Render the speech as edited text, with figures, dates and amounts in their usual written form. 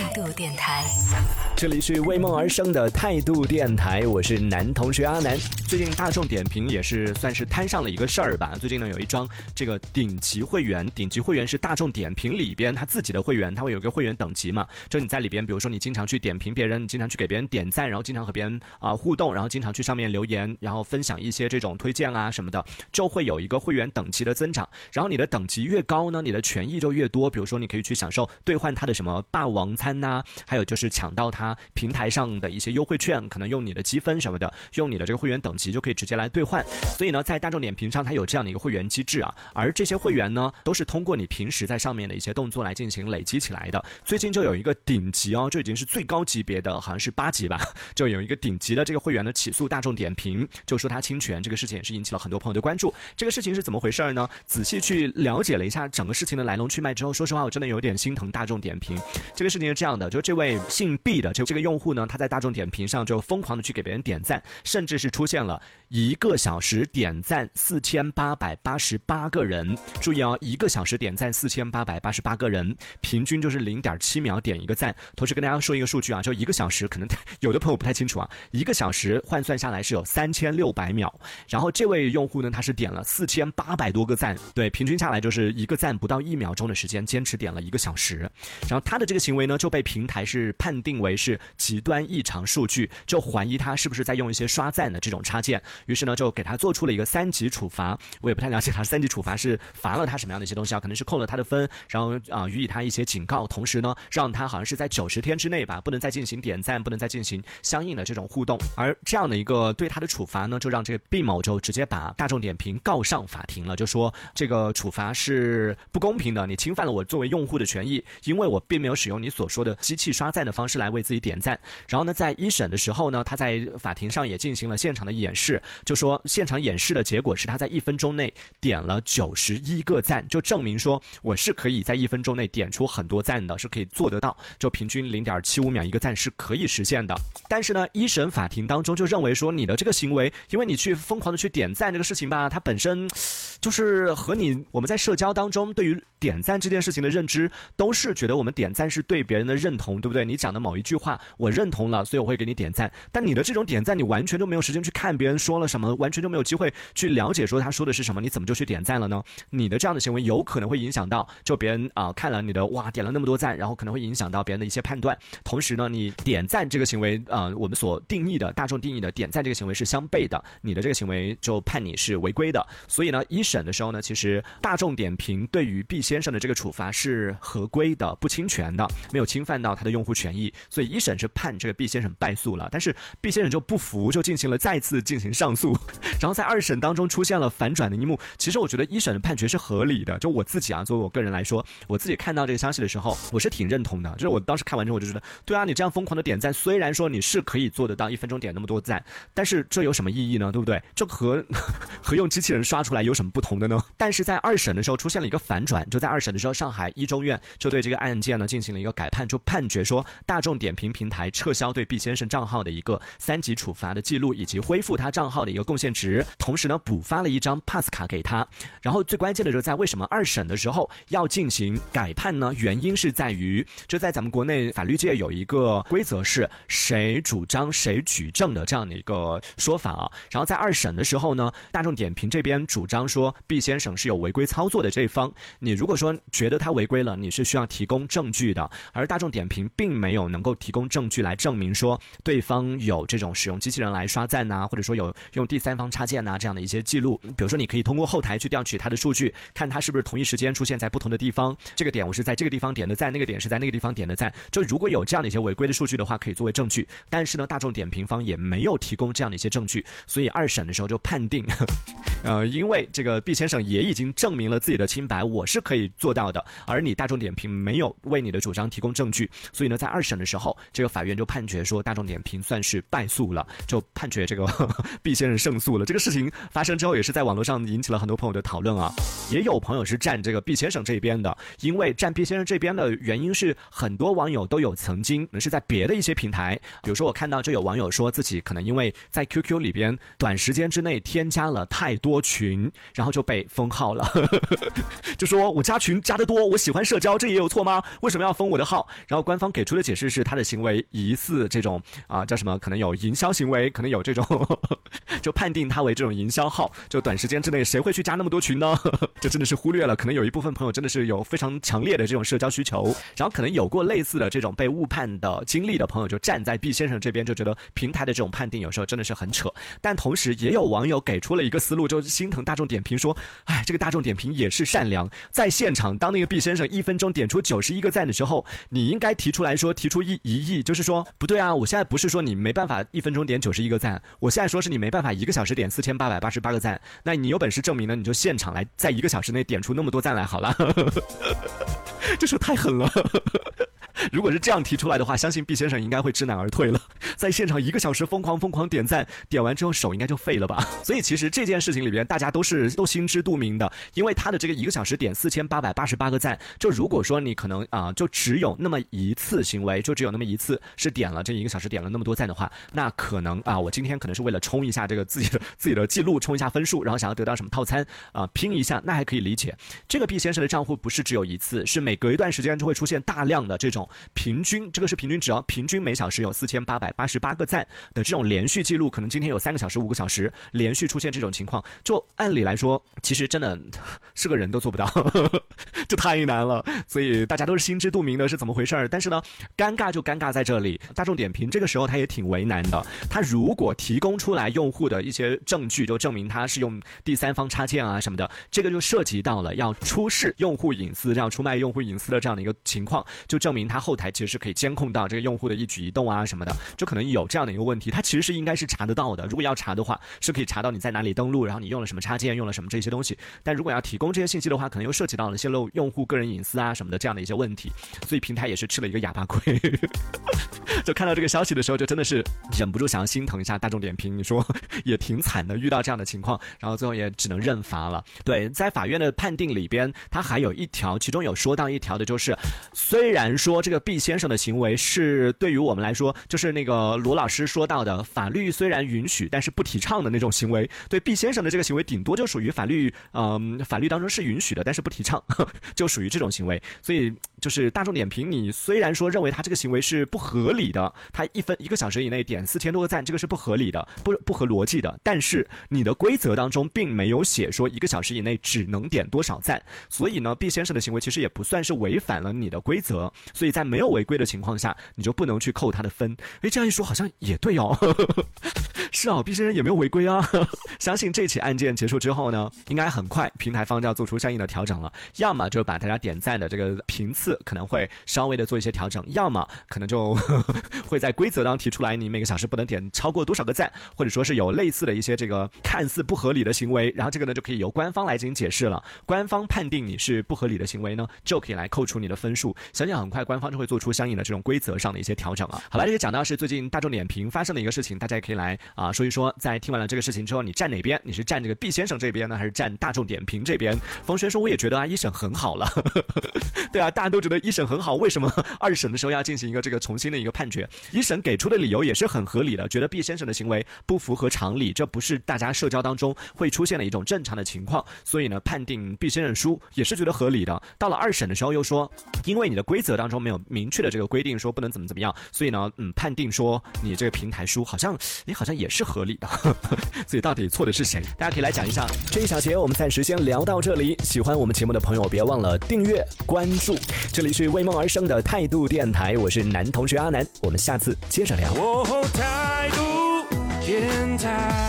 度电台， 这里是为梦而生的态度电台，我是男同学阿南。最近大众点评也是算是摊上了一个事儿吧。最近呢有一张这个顶级会员是大众点评里边他自己的会员，他会有一个会员等级嘛，就你在里边，比如说你经常去点评别人，你经常去给别人点赞，然后经常和别人互动，然后经常去上面留言，然后分享一些这种推荐啊什么的，就会有一个会员等级的增长。然后你的等级越高呢，你的权益就越多。比如说你可以去享受兑换他的什么霸王餐啊，还有就是抢到他平台上的一些优惠券，可能用你的积分什么的，用你的这个会员等级就可以直接来兑换。所以呢，在大众点评上它有这样的一个会员机制啊，而这些会员呢都是通过你平时在上面的一些动作来进行累积起来的。最近就有一个顶级哦，这已经是最高级别的，好像是8级吧，就有一个顶级的这个会员呢起诉大众点评，就说他侵权，这个事情也是引起了很多朋友的关注。这个事情是怎么回事呢？仔细去了解了一下整个事情的来龙去脉之后，说实话我真的有点心疼大众点评。这个事情是这样的，就这位姓毕的这个用户呢，他在大众点评上就疯狂的去给别人点赞，甚至是出现了1个小时点赞4888个人。注意哦，1个小时点赞4888个人，平均就是0.7秒点一个赞。同时跟大家说一个数据啊，就1个小时，可能有的朋友不太清楚啊，1个小时换算下来是有3600秒。然后这位用户呢，他是点了4800多个赞，对，平均下来就是1个赞不到1秒钟的时间，坚持点了1个小时。然后他的这个行为呢，就被平台是判定为是极端异常数据，就怀疑他是不是在用一些刷赞的这种插件，于是呢就给他做出了一个3级处罚。我也不太了解他3级处罚是罚了他什么样的一些东西啊，可能是扣了他的分，然后予以他一些警告，同时呢让他好像是在90天之内吧，不能再进行点赞，不能再进行相应的这种互动。而这样的一个对他的处罚呢，就让这个毕某就直接把大众点评告上法庭了，就说这个处罚是不公平的，你侵犯了我作为用户的权益，因为我并没有使用你所说的机器刷赞的方式来为自己点赞。然后呢，在一审的时候呢，他在法庭上也进行了现场的演示，就说现场演示的结果是他在1分钟内点了91个赞，就证明说我是可以在1分钟内点出很多赞的，是可以做得到，就平均0.75秒一个赞是可以实现的。但是呢，一审法庭当中就认为说你的这个行为，因为你去疯狂的去点赞这个事情吧，它本身就是和我们在社交当中对于点赞这件事情的认知，都是觉得我们点赞是对别人的认同，对不对？你讲的某一句话我认同了，所以我会给你点赞。但你的这种点赞，你完全都没有时间去看别人说了什么，完全都没有机会去了解说他说的是什么，你怎么就去点赞了呢？你的这样的行为有可能会影响到就别人看了你的哇点了那么多赞，然后可能会影响到别人的一些判断。同时呢，你点赞这个行为我们所定义的大众定义的点赞这个行为是相悖的，你的这个行为就判你是违规的。所以呢，一审的时候呢，其实大众点评对于毕先生的这个处罚是合规的，不侵权的，没有侵犯到他的用户权益，所以一审是判这个毕先生败诉了。但是毕先生就不服，就再次进行上诉。然后在2审当中出现了反转的一幕。其实我觉得一审的判决是合理的，就我自己作为我个人来说，我自己看到这个消息的时候，我是挺认同的。就是我当时看完之后我就觉得，对啊，你这样疯狂的点赞，虽然说你是可以做得到1分钟点那么多赞，但是这有什么意义呢？对不对？这和用机器人刷出来有什么不同的呢？但是在2审的时候出现了一个反转，就在2审的时候，上海一中院就对这个案件呢进行了一个改判，就判决说大众点评平台撤销对毕先生账号的一个3级处罚的记录，以及恢复他账号的一个贡献值，同时呢补发了一张 pass 卡给他。然后最关键的就是在为什么2审的时候要进行改判呢？原因是在于就在咱们国内法律界有一个规则是谁主张谁举证的这样的一个说法啊。然后在2审的时候呢，大众点评这边主张说毕先生是有违规操作的这一方，你如果说觉得他违规了，你是需要提供证据的。而大众点评并没有能够提供证据来证明说对方有这种使用机器人来刷赞或者说有用第三方插件这样的一些记录。比如说你可以通过后台去调取他的数据，看他是不是同一时间出现在不同的地方，这个点我是在这个地方点的赞，那个点是在那个地方点的赞，就如果有这样的一些违规的数据的话，可以作为证据。但是呢，大众点评方也没有提供这样的一些证据，所以2审的时候就判定因为这个毕先生也已经证明了自己的清白，我是可以做到的，而你大众点评没有为你的主张提供证据，所以呢，在2审的时候这个法院就判决说大众点评算是败诉了，就判决这个毕先生胜诉了。这个事情发生之后，也是在网络上引起了很多朋友的讨论啊。也有朋友是站这个毕先生这边的，因为站毕先生这边的原因是很多网友都有曾经是在别的一些平台，比如说我看到就有网友说自己可能因为在 QQ 里边短时间之内添加了太多群，然后就被封号了就说我加群加得多，我喜欢社交，这也有错吗？为什么要封我的号？然后官方给出的解释是他的行为疑似这种叫什么，可能有营销行为，可能有这种就判定他为这种营销号，就短时间之内谁会去加那么多群呢这真的是忽略了可能有一部分朋友真的是有非常强烈的这种社交需求，然后可能有过类似的这种被误判的经历的朋友就站在毕先生这边，就觉得平台的这种判定有时候真的是很扯。但同时也有网友给出了一个思路，就心疼大众点评说，哎，这个大众点评也是善良，在现场当那个毕先生1分钟点出91个赞的时候，你应该提出来说，提出异议，就是说不对啊，我现在不是说你没办法1分钟点91个赞，我现在说是你没办法1个小时点4888个赞，那你有本事证明呢，你就现场来在1个小时内点出那么多赞来好了这是太狠了如果是这样提出来的话，相信毕先生应该会知难而退了。在现场1个小时疯狂点赞，点完之后手应该就废了吧。所以其实这件事情里边，大家都心知肚明的，因为他的这个1个小时点4888个赞，就如果说你可能就只有那么一次行为，就只有那么一次是点了这1个小时点了那么多赞的话，那可能我今天可能是为了冲一下这个自己的记录，冲一下分数，然后想要得到什么套餐拼一下，那还可以理解。这个毕先生的账户不是只有一次，是每隔一段时间就会出现大量的这种平均，这个是平均值平均每小时有4888个赞的这种连续记录，可能今天有3个小时5个小时连续出现这种情况，就按理来说其实真的是个人都做不到这太难了。所以大家都是心知肚明的是怎么回事，但是呢尴尬就尴尬在这里，大众点评这个时候他也挺为难的，他如果提供出来用户的一些证据，就证明他是用第三方插件什么的，这个就涉及到了要出示用户隐私，这样出卖用户隐私的这样的一个情况，就证明他后台其实是可以监控到这个用户的一举一动什么的，就可能有这样的一个问题，他其实是应该是查得到的，如果要查的话是可以查到你在哪里登录，然后你用了什么插件，用了什么这些东西，但如果要提供这些信息的话，可能又涉及到了泄露用户个人隐私什么的这样的一些问题，所以平台也是吃了一个哑巴亏就看到这个消息的时候，就真的是忍不住想要心疼一下大众点评，你说也挺惨的，遇到这样的情况，然后最后也只能认罚了。对，在法院的判定里边，他还有一条，其中有说到一条的就是，虽然说这个毕先生的行为是对于我们来说，就是那个罗老师说到的，法律虽然允许，但是不提倡的那种行为，对毕先生的这个行为，顶多就属于法律当中是允许的，但是不提倡，就属于这种行为。所以就是大众点评，你虽然说认为他这个行为是不合理的，他1个小时以内点4000多个赞，这个是不合理的，不合逻辑的，但是你的规则当中并没有写说1个小时以内只能点多少赞，所以呢，毕先生的行为其实也不算是违反了你的规则，所以在没有违规的情况下，你就不能去扣他的分。这样一说好像也对是毕先生也没有违规相信这起案件结束之后呢，应该很快平台方就要做出相应的调整了，要么就把大家点赞的这个频次可能会稍微的做一些调整，要么可能就会在规则当中提出来，你每个小时不能点超过多少个赞，或者说是有类似的一些这个看似不合理的行为，然后这个呢就可以由官方来进行解释了，官方判定你是不合理的行为呢，就可以来扣除你的分数，相信很快官方就会做出相应的这种规则上的一些调整好了，这个讲到是最近大众点评发生的一个事情，大家也可以来说一说，在听完了这个事情之后，你站哪边？你是站这个毕先生这边呢，还是站大众点评这边？冯轩说，我也觉得一审很好了对大家都觉得一审很好，为什么二审的时候要进行一个这个重新的一个判决？一审给出的理由也是很合理的，觉得毕先生的行为不符合常理，这不是大家社交当中会出现的一种正常的情况，所以呢，判定毕先生输也是觉得合理的。到了二审的时候又说，因为你的规则当中没有明确的这个规定说不能怎么样，所以呢，判定说你这个平台输，好像也是合理的所以到底错的是谁？大家可以来讲一下。这一小节我们暂时先聊到这里，喜欢我们节目的朋友别忘了订阅关注，这里是为梦而生的态度电台，我是男同学阿南，我们下次接着聊。态度电台。